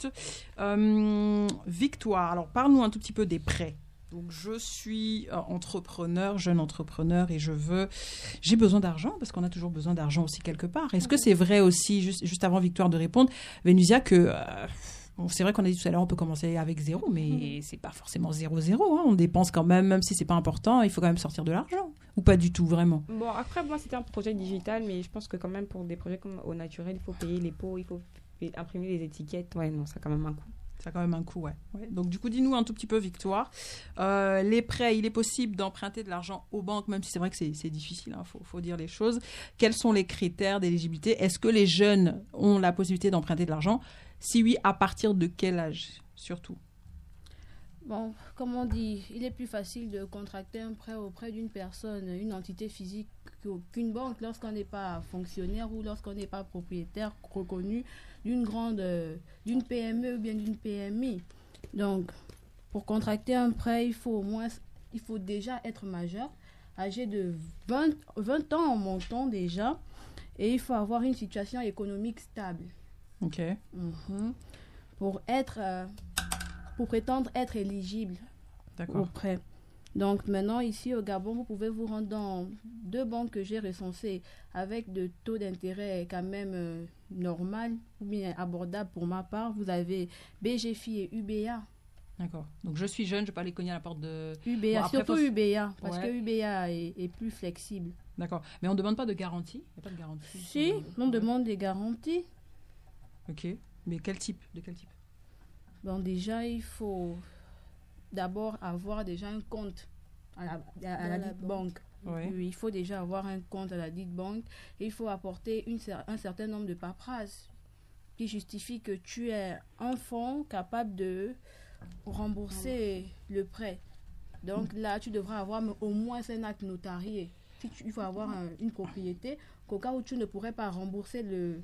Victoire, alors parle-nous un tout petit peu des prêts. Donc, je suis jeune entrepreneur et j'ai besoin d'argent parce qu'on a toujours besoin d'argent aussi quelque part. Est-ce que c'est vrai aussi, juste avant Victoire de répondre, Vénusia, que bon, c'est vrai qu'on a dit tout à l'heure, on peut commencer avec zéro, mais c'est pas forcément 0-0. On dépense quand même si c'est pas important, il faut quand même sortir de l'argent. Ou pas du tout, vraiment. Bon, après, moi, c'était un projet digital, mais je pense que quand même, pour des projets comme au naturel, il faut payer les pots, il faut imprimer les étiquettes. Ouais, non, ça a quand même un coût. Ça a quand même un coût, ouais. Donc, du coup, dis-nous un tout petit peu, Victoire. Les prêts, il est possible d'emprunter de l'argent aux banques, même si c'est vrai que c'est difficile, faut dire les choses. Quels sont les critères d'éligibilité? Est-ce que les jeunes ont la possibilité d'emprunter de l'argent? Si oui, à partir de quel âge, surtout? Bon, comme on dit, il est plus facile de contracter un prêt auprès d'une personne, une entité physique, qu'une banque lorsqu'on n'est pas fonctionnaire ou lorsqu'on n'est pas propriétaire reconnu d'une PME ou bien d'une PMI. Donc, pour contracter un prêt, il faut déjà être majeur, âgé de 20 ans en montant déjà, et il faut avoir une situation économique stable. Ok. Pour prétendre être éligible au D'accord. prêt. Donc maintenant, ici au Gabon, vous pouvez vous rendre dans 2 banques que j'ai recensées avec de taux d'intérêt quand même normal ou bien abordable pour ma part. Vous avez BGFI et UBA. D'accord. Donc, je suis jeune, je ne vais pas aller cogner à la porte de... UBA, Bon, après, surtout faut- UBA, parce Ouais. que UBA est plus flexible. D'accord. Mais on ne demande pas de garantie? Il n'y a pas de garantie? Si, on demande des garanties. Ok. Mais quel type? De quel type? Bon, déjà, il faut d'abord avoir déjà un compte à la dite banque. Ouais. Oui, il faut déjà avoir un compte à la dite banque. Et il faut apporter un certain nombre de paperasses qui justifient que tu es un fonds capable de rembourser le prêt. Donc là, tu devras avoir au moins un acte notarié. Il faut avoir une propriété qu'au cas où tu ne pourrais pas rembourser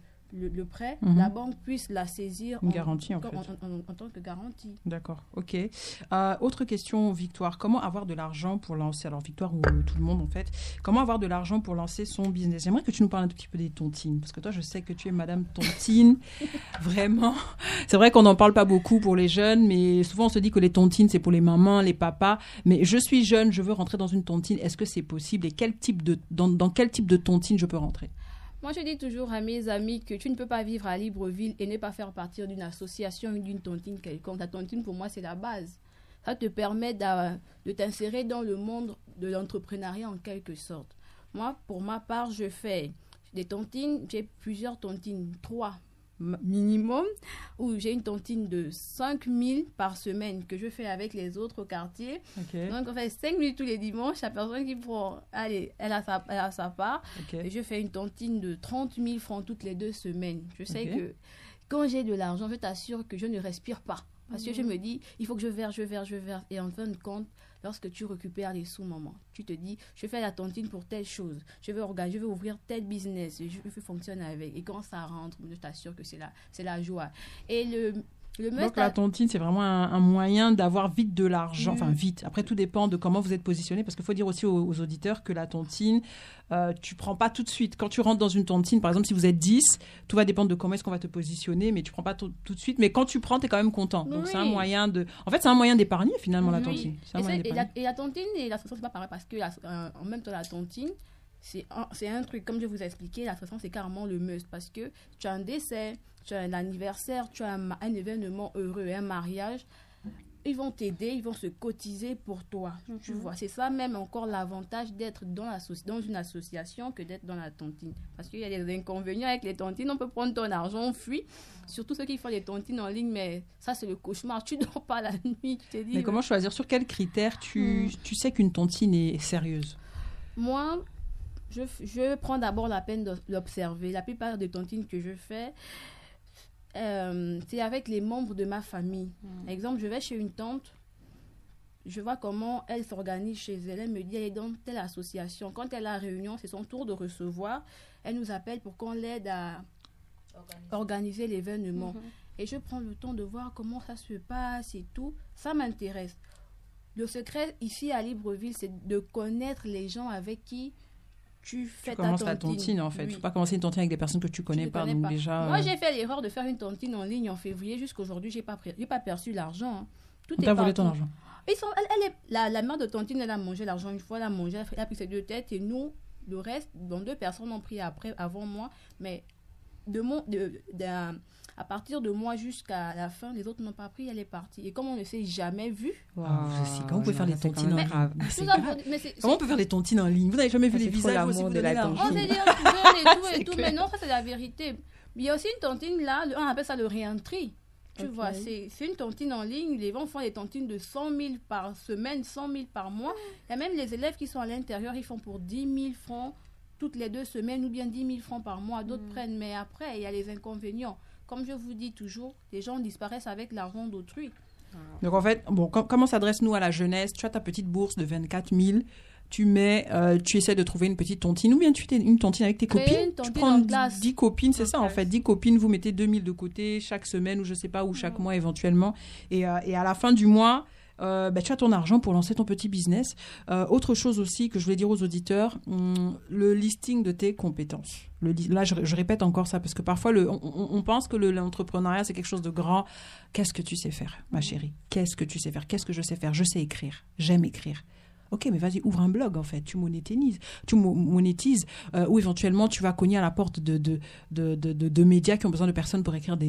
le prêt, la banque puisse la saisir Une garantie, en fait. en tant que garantie. D'accord, ok. Autre question, Victoire. Comment avoir de l'argent pour lancer, alors Victoire ou tout le monde en fait, comment avoir de l'argent pour lancer son business? J'aimerais que tu nous parles un tout petit peu des tontines, parce que toi, je sais que tu es Madame Tontine, vraiment. C'est vrai qu'on n'en parle pas beaucoup pour les jeunes, mais souvent on se dit que les tontines, c'est pour les mamans, les papas. Mais je suis jeune, je veux rentrer dans une tontine. Est-ce que c'est possible? Et dans quel type de tontine je peux rentrer? Moi, je dis toujours à mes amis que tu ne peux pas vivre à Libreville et ne pas faire partie d'une association ou d'une tontine quelconque. La tontine, pour moi, c'est la base. Ça te permet de t'insérer dans le monde de l'entrepreneuriat en quelque sorte. Moi, pour ma part, je fais des tontines. J'ai plusieurs tontines, 3 minimum, où j'ai une tontine de 5 000 par semaine que je fais avec les autres au quartier. Ok. Donc, on fait 5 000 tous les dimanches. La personne qui prend, allez, elle a sa part. Ok. Et je fais une tontine de 30 000 francs toutes les 2 semaines. Je sais Ok. que quand j'ai de l'argent, je t'assure que je ne respire pas. Parce que je me dis, il faut que je verse. Et en fin de compte, lorsque tu récupères les sous, maman, tu te dis, je fais la tontine pour telle chose. Je veux ouvrir tel business. Je veux fonctionner avec. Et quand ça rentre, je t'assure que c'est la joie. Et Le Donc must, la tontine, c'est vraiment un moyen d'avoir vite de l'argent. Enfin, vite. Après, tout dépend de comment vous êtes positionné. Parce qu'il faut dire aussi aux auditeurs que la tontine, tu prends pas tout de suite. Quand tu rentres dans une tontine, par exemple, si vous êtes 10, tout va dépendre de comment est-ce qu'on va te positionner. Mais tu prends pas tout de suite. Mais quand tu prends, tu es quand même content. Donc, c'est un moyen de... En fait, c'est un moyen d'épargner, finalement, la tontine. C'est un moyen d'épargner. Et la tontine et l'association, c'est pas pareil. Parce que en même temps, la tontine, c'est un truc, comme je vous ai expliqué, l'association, c'est carrément le must. Parce que tu as un décès, tu as un anniversaire, tu as un événement heureux, un mariage, ils vont t'aider, ils vont se cotiser pour toi. Tu vois, c'est ça même encore l'avantage d'être dans une association que d'être dans la tontine. Parce qu'il y a des inconvénients avec les tontines, on peut prendre ton argent, on fuit. Surtout ceux qui font les tontines en ligne, mais ça c'est le cauchemar, tu dors pas la nuit. Tu te dis, mais comment choisir? Sur quels critères tu sais qu'une tontine est sérieuse? Moi, je prends d'abord la peine de l'observer. La plupart des tontines que je fais, c'est avec les membres de ma famille. Exemple, je vais chez une tante, je vois comment elle s'organise chez elle. Elle me dit, elle est dans telle association. Quand elle a réunion, c'est son tour de recevoir. Elle nous appelle pour qu'on l'aide à organiser l'événement. Et je prends le temps de voir comment ça se passe et tout. Ça m'intéresse. Le secret ici à Libreville, c'est de connaître les gens avec qui tu fais ta tontine. La tontine, en fait. Il ne faut pas commencer une tontine avec des personnes que tu connais pas. Donc déjà, moi, j'ai fait l'erreur de faire une tontine en ligne en février. Jusqu'aujourd'hui, je n'ai pas perçu l'argent. Hein. Tout est volé ton argent. La mère de tontine, elle a mangé l'argent une fois. Elle a mangé, elle a pris ses 2 têtes. Et nous, le reste, 2 personnes ont pris avant moi. Mais à partir de moi jusqu'à la fin, les autres n'ont pas pris, elle est partie. Et comme on ne s'est jamais vu... Comment on peut faire les tontines en ligne? Comment on peut faire les tontines en ligne? Vous n'avez jamais vu les visages l'amour de la tontine. On s'est dit, on se donne et tout. Mais non, ça c'est la vérité. Il y a aussi une tontine là, on appelle ça le réentry. Tu vois, c'est une tontine en ligne. Les gens font des tontines de 100 000 par semaine, 100 000 par mois. Il y a même les élèves qui sont à l'intérieur, ils font pour 10 000 francs toutes les 2 semaines ou bien 10 000 francs par mois. D'autres prennent, mais après, il y a les inconvénients. Comme je vous dis toujours, les gens disparaissent avec l'argent d'autrui. Donc en fait, comment s'adresse-nous à la jeunesse? Tu as ta petite bourse de 24 000, tu essaies de trouver une petite tontine, ou bien tu fais une tontine avec tes copines. Tu prends 10 copines, c'est ça en fait. 10 copines, vous mettez 2 000 de côté chaque semaine, ou je sais pas, ou chaque mois éventuellement. Et à la fin du mois, tu as ton argent pour lancer ton petit business. Autre chose aussi que je voulais dire aux auditeurs, le listing de tes compétences. Là, je répète encore ça, parce que parfois, on pense que l'entrepreneuriat, c'est quelque chose de grand. Qu'est-ce que tu sais faire, ma chérie? Qu'est-ce que tu sais faire? Qu'est-ce que je sais faire? Je sais écrire. J'aime écrire. Ok, mais vas-y, ouvre un blog, en fait. Tu monétises. Ou éventuellement, tu vas cogner à la porte de médias qui ont besoin de personnes pour écrire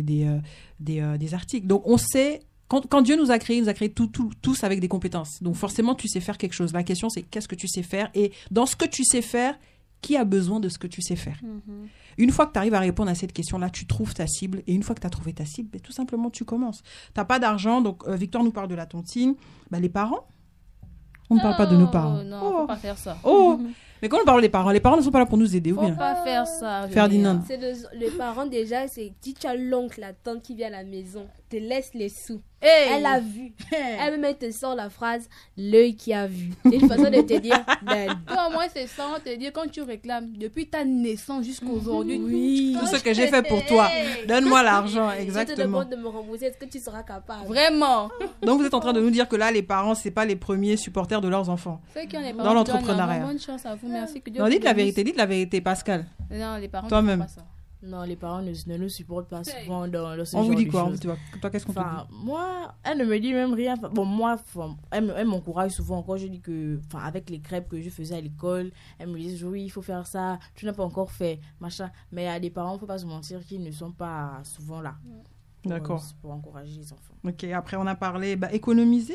des articles. Donc, on sait... Quand Dieu nous a créés tous avec des compétences. Donc forcément, tu sais faire quelque chose. La question, c'est qu'est-ce que tu sais faire? Et dans ce que tu sais faire, qui a besoin de ce que tu sais faire? Une fois que tu arrives à répondre à cette question-là, tu trouves ta cible. Et une fois que tu as trouvé ta cible, tout simplement, tu commences. Tu n'as pas d'argent. Donc, Victoire nous parle de la tontine. Les parents, on ne parle pas de nos parents. Non, il ne faut pas faire ça. Mais quand on parle des parents ne sont pas là pour nous aider, ou bien? Faut pas faire ça. Ferdinand. C'est les parents déjà, c'est si tu as l'oncle, la tante qui vient à la maison, te laisse les sous. Elle a vu. Elle-même te sort la phrase l'œil qui a vu. C'est une façon de te dire moi c'est ça, on te dit quand tu réclames depuis ta naissance jusqu'à aujourd'hui. Tout ce que j'ai fait pour toi. Donne-moi l'argent, exactement. Je te demande de me rembourser, est-ce que tu seras capable? Vraiment. Donc vous êtes en train de nous dire que là les parents c'est pas les premiers supporters de leurs enfants dans l'entrepreneuriat. Bonne chance à vous, merci. Non, dites la vérité, Pascal. Non, les parents toi-même. ne font pas ça. Non, les parents ne nous supportent pas souvent dans ce on genre vous dit de quoi? choses. Toi, qu'est-ce qu'on te dit? Moi, elle ne me dit même rien. Bon, moi, elle m'encourage souvent. Quand je dis que, avec les crêpes que je faisais à l'école, elle me dit oui, il faut faire ça. Tu n'as pas encore fait, machin. Mais il y a des parents, il ne faut pas se mentir, qui ne sont pas souvent là. D'accord. Pour encourager les enfants. Ok, après on a parlé économiser.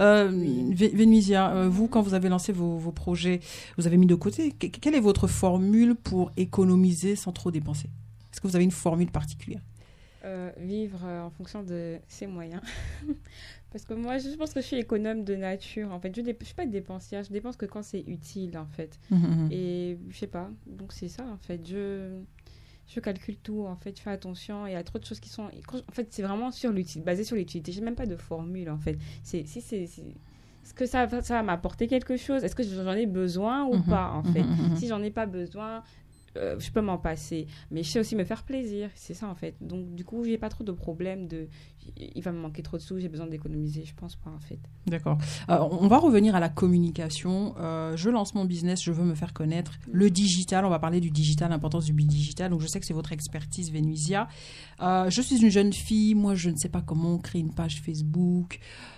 Vénusia, vous, quand vous avez lancé vos projets, vous avez mis de côté. Quelle est votre formule pour économiser sans trop dépenser? Est-ce que vous avez une formule particulière? Vivre en fonction de ses moyens. Parce que moi, je pense que je suis économe de nature. En fait, je ne suis pas dépensière. Je dépense que quand c'est utile, en fait. Et je sais pas. Donc c'est ça, en fait. Je calcule tout, en fait, je fais attention. Il y a trop de choses qui sont... En fait, c'est vraiment basé sur l'utilité. Je n'ai même pas de formule, en fait. Est-ce que ça va m'apporter quelque chose? Est-ce que j'en ai besoin ou pas, en fait? Si j'en ai pas besoin, je peux m'en passer, mais je sais aussi me faire plaisir, c'est ça en fait. Donc du coup, j'ai pas trop de problème il va me manquer trop de sous, j'ai besoin d'économiser, je pense pas en fait. D'accord. On va revenir à la communication. Je lance mon business, je veux me faire connaître. Le digital, on va parler du digital, l'importance du digital. Donc je sais que c'est votre expertise, Vénusia. Je suis une jeune fille, moi je ne sais pas comment créer une page Facebook,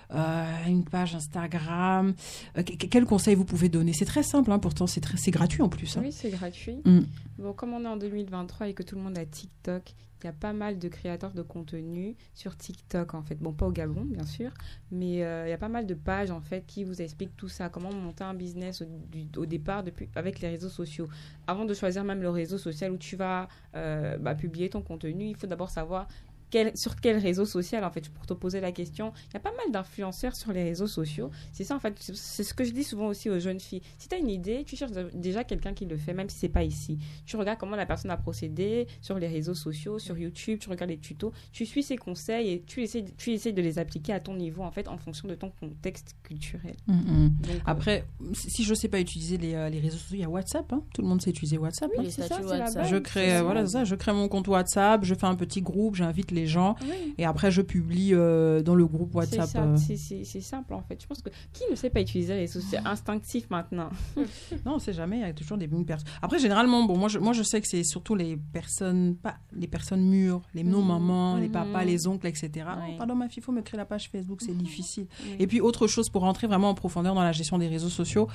une page Instagram. Quels conseils vous pouvez donner? C'est très simple, hein, pourtant c'est gratuit en plus. Hein. Oui, c'est gratuit. Bon, comme on est en 2023 et que tout le monde a TikTok, il y a pas mal de créateurs de contenu sur TikTok, en fait. Bon, pas au Gabon, bien sûr, mais il y a pas mal de pages, en fait, qui vous expliquent tout ça, comment monter un business au départ avec les réseaux sociaux. Avant de choisir même le réseau social où tu vas publier ton contenu, il faut d'abord savoir sur quel réseau social, en fait, pour te poser la question. Il y a pas mal d'influenceurs sur les réseaux sociaux. C'est ça, en fait, c'est ce que je dis souvent aussi aux jeunes filles. Si tu as une idée, tu cherches déjà quelqu'un qui le fait, même si c'est pas ici. Tu regardes comment la personne a procédé sur les réseaux sociaux, sur YouTube, tu regardes les tutos, tu suis ses conseils et tu essaies de les appliquer à ton niveau, en fait, en fonction de ton contexte culturel. Donc, après, si je sais pas utiliser les réseaux sociaux, il y a WhatsApp, hein. Tout le monde sait utiliser WhatsApp. Oui, hein. c'est ça, c'est la base. Je crée mon compte WhatsApp, je fais un petit groupe, j'invite les gens et après je publie dans le groupe WhatsApp. C'est simple en fait. Je pense que qui ne sait pas utiliser les réseaux sociaux instinctifs maintenant? Non, on sait jamais, il y a toujours des bonnes personnes. Après généralement, bon, moi je sais que c'est surtout les personnes mûres, les non-mamans, les papas, les oncles, etc. Oh, pardon ma fille, il faut me créer la page Facebook, c'est difficile. Et puis autre chose pour rentrer vraiment en profondeur dans la gestion des réseaux sociaux,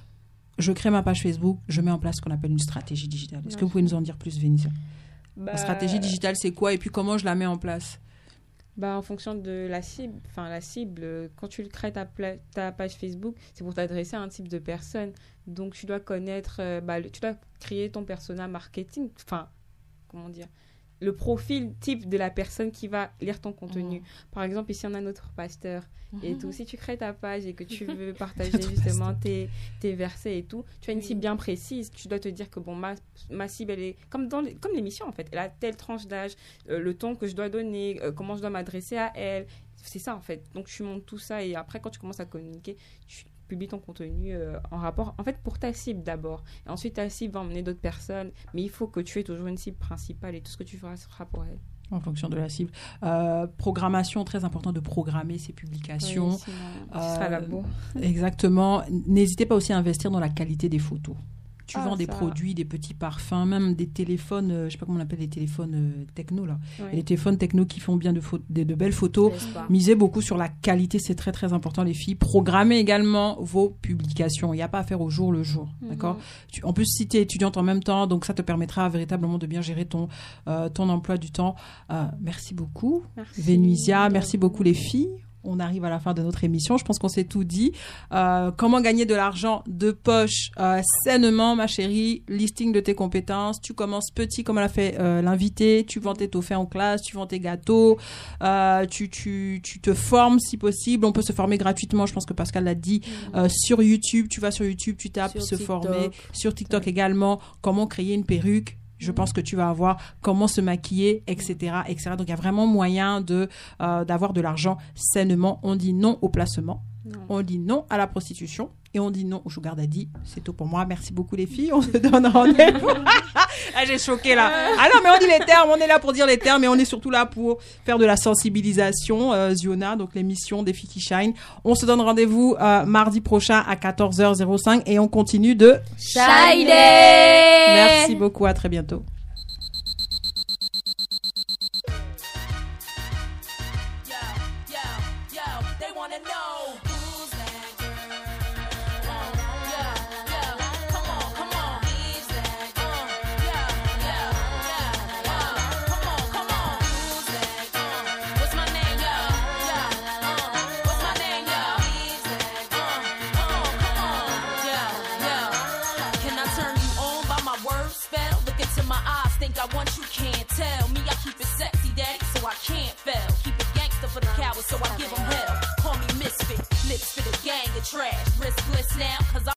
je crée ma page Facebook, je mets en place ce qu'on appelle une stratégie digitale. Est-ce que vous pouvez nous en dire plus, Vénusia? La stratégie digitale, c'est quoi? Et puis, comment je la mets en place? En fonction de la cible, quand tu crées ta page Facebook, c'est pour t'adresser à un type de personne. Donc, tu dois connaître, tu dois créer ton persona marketing. Enfin, comment dire? Le profil type de la personne qui va lire ton contenu. Par exemple, ici, on a notre pasteur et tout. Si tu crées ta page et que tu veux partager justement tes versets et tout, tu as une cible bien précise. Tu dois te dire que bon, ma cible, elle est comme l'émission, en fait. Elle a telle tranche d'âge, le ton que je dois donner, comment je dois m'adresser à elle. C'est ça, en fait. Donc, tu montes tout ça et après, quand tu commences à communiquer, tu publie ton contenu en rapport, en fait, pour ta cible d'abord. Et ensuite, ta cible va emmener d'autres personnes, mais il faut que tu aies toujours une cible principale et tout ce que tu feras sera pour elle. En fonction de la cible. Programmation, très important de programmer ses publications. Oui, sinon, ce sera la bourre. Exactement. N'hésitez pas aussi à investir dans la qualité des photos. Tu vends des produits, des petits parfums, même des téléphones, je ne sais pas comment on appelle les téléphones techno, là. Oui. Les téléphones techno qui font bien de belles photos. Misez beaucoup sur la qualité, c'est très, très important, les filles. Programmez également vos publications. Il n'y a pas à faire au jour le jour, d'accord? En plus, si tu es étudiante en même temps, donc ça te permettra véritablement de bien gérer ton emploi du temps. Merci beaucoup, Vénusia. Merci beaucoup, les filles. On arrive à la fin de notre émission. Je pense qu'on s'est tout dit. Comment gagner de l'argent de poche sainement, ma chérie. Listing de tes compétences. Tu commences petit, comme elle a fait l'invité. Tu vends tes taux faits en classe. Tu vends tes gâteaux. Tu te formes si possible. On peut se former gratuitement. Je pense que Pascal l'a dit. Sur YouTube. Tu vas sur YouTube. Tu tapes se former. Sur TikTok également. Comment créer une perruque. Je pense que tu vas avoir comment se maquiller, etc., etc. Donc, il y a vraiment moyen d'avoir de l'argent sainement. On dit non au placement. On dit non à la prostitution. Et on dit non au sugar daddy. C'est tout pour moi. Merci beaucoup, les filles. On se donne rendez-vous. J'ai choqué, là. Ah non, mais on dit les termes. On est là pour dire les termes. Et on est surtout là pour faire de la sensibilisation. Ziona, donc l'émission des filles qui shine. On se donne rendez-vous mardi prochain à 14h05. Et on continue de shiner. Merci beaucoup. À très bientôt. I want you can't tell me I keep it sexy, daddy, so I can't fail. Keep it gangster for the cowards, so I give them hell. Call me misfit, lips for the gang of trash. Riskless now, cause I